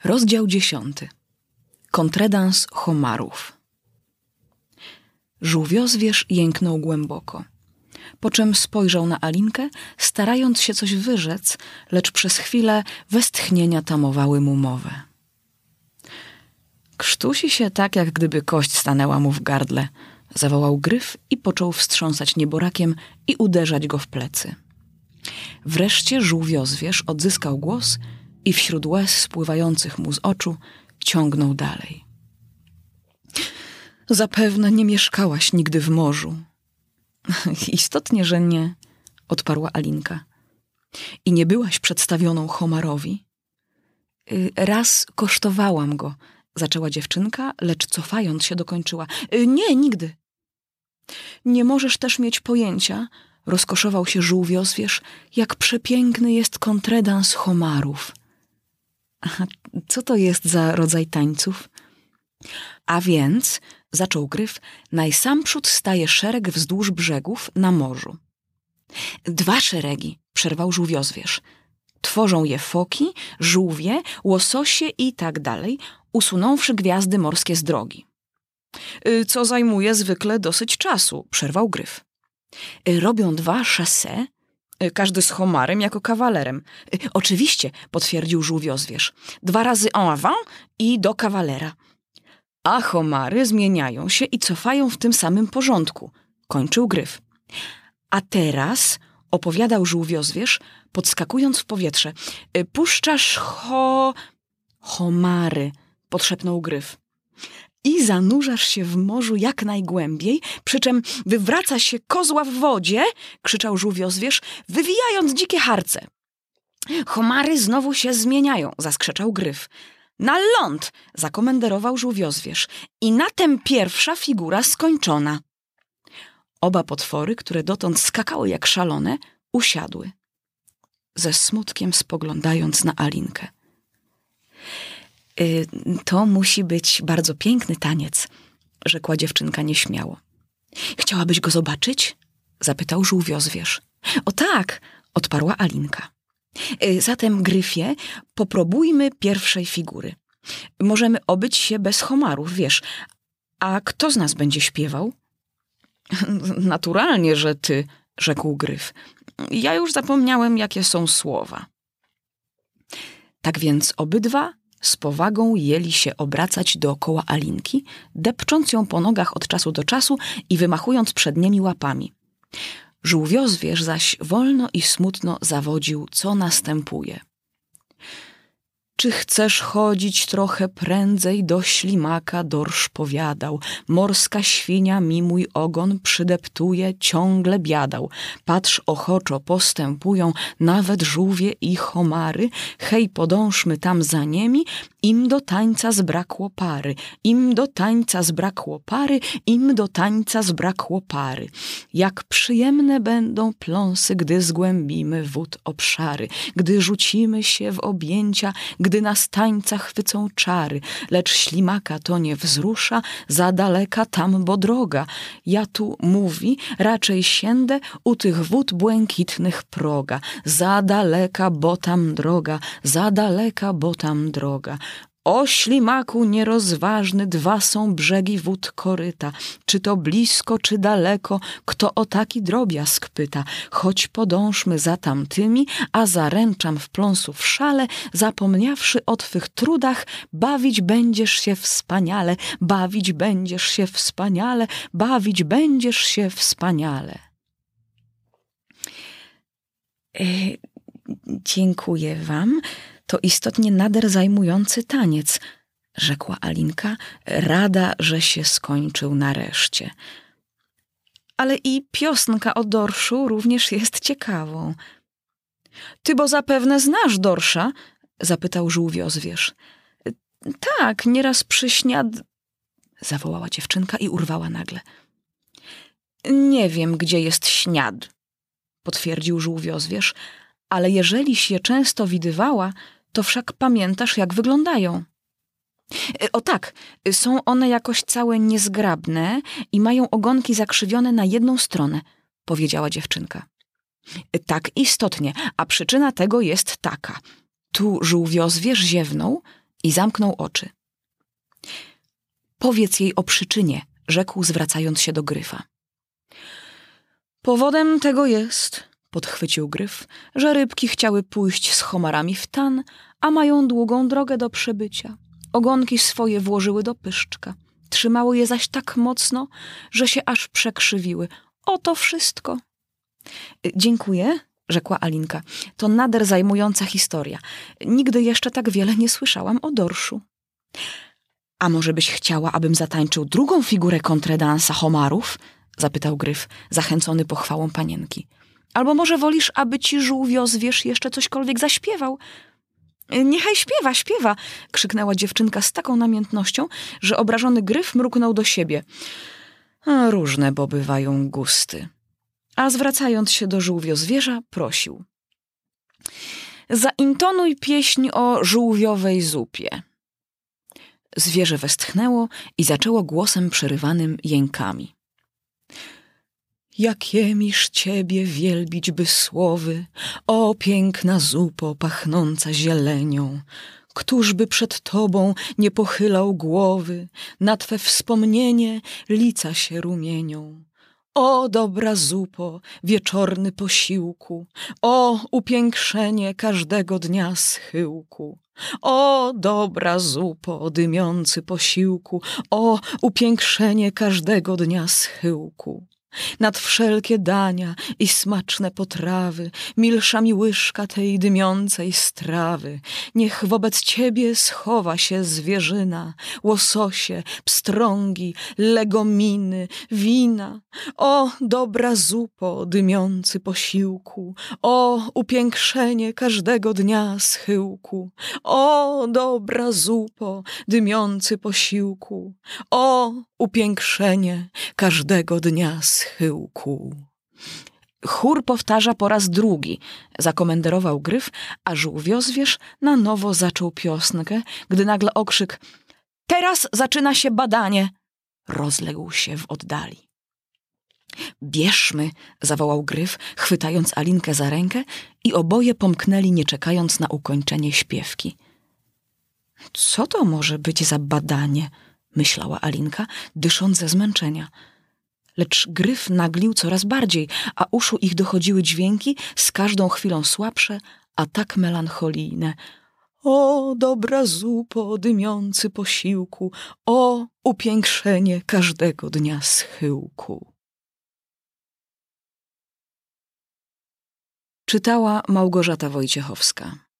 Rozdział 10. Kontredans homarów. Żółwiozwierz jęknął głęboko, po czym spojrzał na Alinkę, starając się coś wyrzec, lecz przez chwilę westchnienia tamowały mu mowę. Krztusi się tak, jak gdyby kość stanęła mu w gardle, zawołał Gryf i począł wstrząsać nieborakiem i uderzać go w plecy. Wreszcie żółwiozwierz odzyskał głos i wśród łez spływających mu z oczu ciągnął dalej. Zapewne nie mieszkałaś nigdy w morzu. Istotnie, że nie, odparła Alinka. I nie byłaś przedstawioną homarowi? Raz kosztowałam go, zaczęła dziewczynka, lecz cofając się dokończyła. Nie, nigdy. Nie możesz też mieć pojęcia, rozkoszował się żółwiozwierz, jak przepiękny jest kontredans homarów. A co to jest za rodzaj tańców? A więc, zaczął Gryf, najsamprzód staje szereg wzdłuż brzegów na morzu. 2 szeregi, przerwał żółwiozwierz. Tworzą je foki, żółwie, łososie i tak dalej, usunąwszy gwiazdy morskie z drogi. Co zajmuje zwykle dosyć czasu, przerwał Gryf. Robią 2 chassés, każdy z homarem jako kawalerem. Oczywiście, potwierdził żółwiozwierz. 2 razy en avant i do kawalera. A homary zmieniają się i cofają w tym samym porządku, kończył Gryf. A teraz, opowiadał żółwiozwierz, podskakując w powietrze, puszczasz homary, podszepnął Gryf. I zanurzasz się w morzu jak najgłębiej, przy czym wywraca się kozła w wodzie, krzyczał żółwiozwierz, wywijając dzikie harce. Homary znowu się zmieniają, zaskrzeczał Gryf. Na ląd, zakomenderował żółwiozwierz. I na tem pierwsza figura skończona. Oba potwory, które dotąd skakały jak szalone, usiadły, ze smutkiem spoglądając na Alinkę. To musi być bardzo piękny taniec, rzekła dziewczynka nieśmiało. Chciałabyś go zobaczyć? Zapytał żółwiozwierz. O tak, odparła Alinka. Zatem, Gryfie, popróbujmy pierwszej figury. Możemy obyć się bez homarów, wiesz. A kto z nas będzie śpiewał? Naturalnie, że ty, rzekł Gryf. Ja już zapomniałem, jakie są słowa. Tak więc obydwa z powagą jęli się obracać dookoła Alinki, depcząc ją po nogach od czasu do czasu i wymachując przed nimi łapami. Żółwiozwierz zaś wolno i smutno zawodził, co następuje. Czy chcesz chodzić trochę prędzej, do ślimaka dorsz powiadał. Morska świnia mi mój ogon przydeptuje, ciągle biadał. Patrz, ochoczo postępują nawet żółwie i homary. Hej, podążmy tam za niemi, im do tańca zbrakło pary. Im do tańca zbrakło pary, im do tańca zbrakło pary. Jak przyjemne będą pląsy, gdy zgłębimy wód obszary. Gdy rzucimy się w objęcia, gdy nas tańca chwycą czary, lecz ślimaka to nie wzrusza, za daleka tam, bo droga. Ja tu, mówi, raczej siędę u tych wód błękitnych proga. Za daleka, bo tam droga, za daleka, bo tam droga. O ślimaku nierozważny, 2 są brzegi wód koryta. Czy to blisko, czy daleko, kto o taki drobiazg pyta. Choć podążmy za tamtymi, a zaręczam w pląsu w szale, zapomniawszy o twych trudach, bawić będziesz się wspaniale, bawić będziesz się wspaniale, bawić będziesz się wspaniale. Dziękuję wam. To istotnie nader zajmujący taniec, rzekła Alinka, rada, że się skończył nareszcie. Ale i piosenka o dorszu również jest ciekawą. Ty bo zapewne znasz dorsza? Zapytał żółwiozwierz. Tak, nieraz przy zawołała dziewczynka i urwała nagle. Nie wiem, gdzie jest śniad, potwierdził żółwiozwierz, ale jeżeliś je często widywała, to wszak pamiętasz, jak wyglądają. O tak, są one jakoś całe niezgrabne i mają ogonki zakrzywione na jedną stronę, powiedziała dziewczynka. Tak istotnie, a przyczyna tego jest taka. Tu żółwiozwierz ziewnął i zamknął oczy. Powiedz jej o przyczynie, rzekł, zwracając się do Gryfa. Powodem tego jest, podchwycił Gryf, że rybki chciały pójść z homarami w tan, a mają długą drogę do przebycia. Ogonki swoje włożyły do pyszczka. Trzymały je zaś tak mocno, że się aż przekrzywiły. Oto wszystko. Dziękuję, rzekła Alinka. To nader zajmująca historia. Nigdy jeszcze tak wiele nie słyszałam o dorszu. A może byś chciała, abym zatańczył drugą figurę kontredansa homarów? Zapytał Gryf, zachęcony pochwałą panienki. Albo może wolisz, aby ci żółwiozwierz jeszcze cośkolwiek zaśpiewał? Niechaj śpiewa, śpiewa! Krzyknęła dziewczynka z taką namiętnością, że obrażony Gryf mruknął do siebie. Różne bo bywają gusty. A zwracając się do żółwiozwierza, prosił. Zaintonuj pieśń o żółwiowej zupie. Zwierzę westchnęło i zaczęło głosem przerywanym jękami. Jakiemiż ciebie wielbić by słowy, o piękna zupo pachnąca zielenią. Któż by przed tobą nie pochylał głowy, na twe wspomnienie lica się rumienią. O dobra zupo, wieczorny posiłku, o upiększenie każdego dnia schyłku. O dobra zupo, dymiący posiłku, o upiększenie każdego dnia schyłku. Nad wszelkie dania i smaczne potrawy, milsza mi łyżka tej dymiącej strawy. Niech wobec ciebie schowa się zwierzyna, łososie, pstrągi, legominy, wina. O dobra zupo, dymiący posiłku, o upiększenie każdego dnia schyłku. O dobra zupo, dymiący posiłku, o upiększenie każdego dnia schyłku. Chór powtarza po raz drugi, zakomenderował Gryf, a żółwiozwierz na nowo zaczął piosnkę, gdy nagle okrzyk „Teraz zaczyna się badanie!” rozległ się w oddali. „Bierzmy!” zawołał Gryf, chwytając Alinkę za rękę i oboje pomknęli, nie czekając na ukończenie śpiewki. Co to może być za badanie? Myślała Alinka, dysząc ze zmęczenia. Lecz Gryf naglił coraz bardziej, a uszu ich dochodziły dźwięki, z każdą chwilą słabsze, a tak melancholijne. O dobra zupo, dymiący posiłku, o upiększenie każdego dnia schyłku. Czytała Małgorzata Wojciechowska.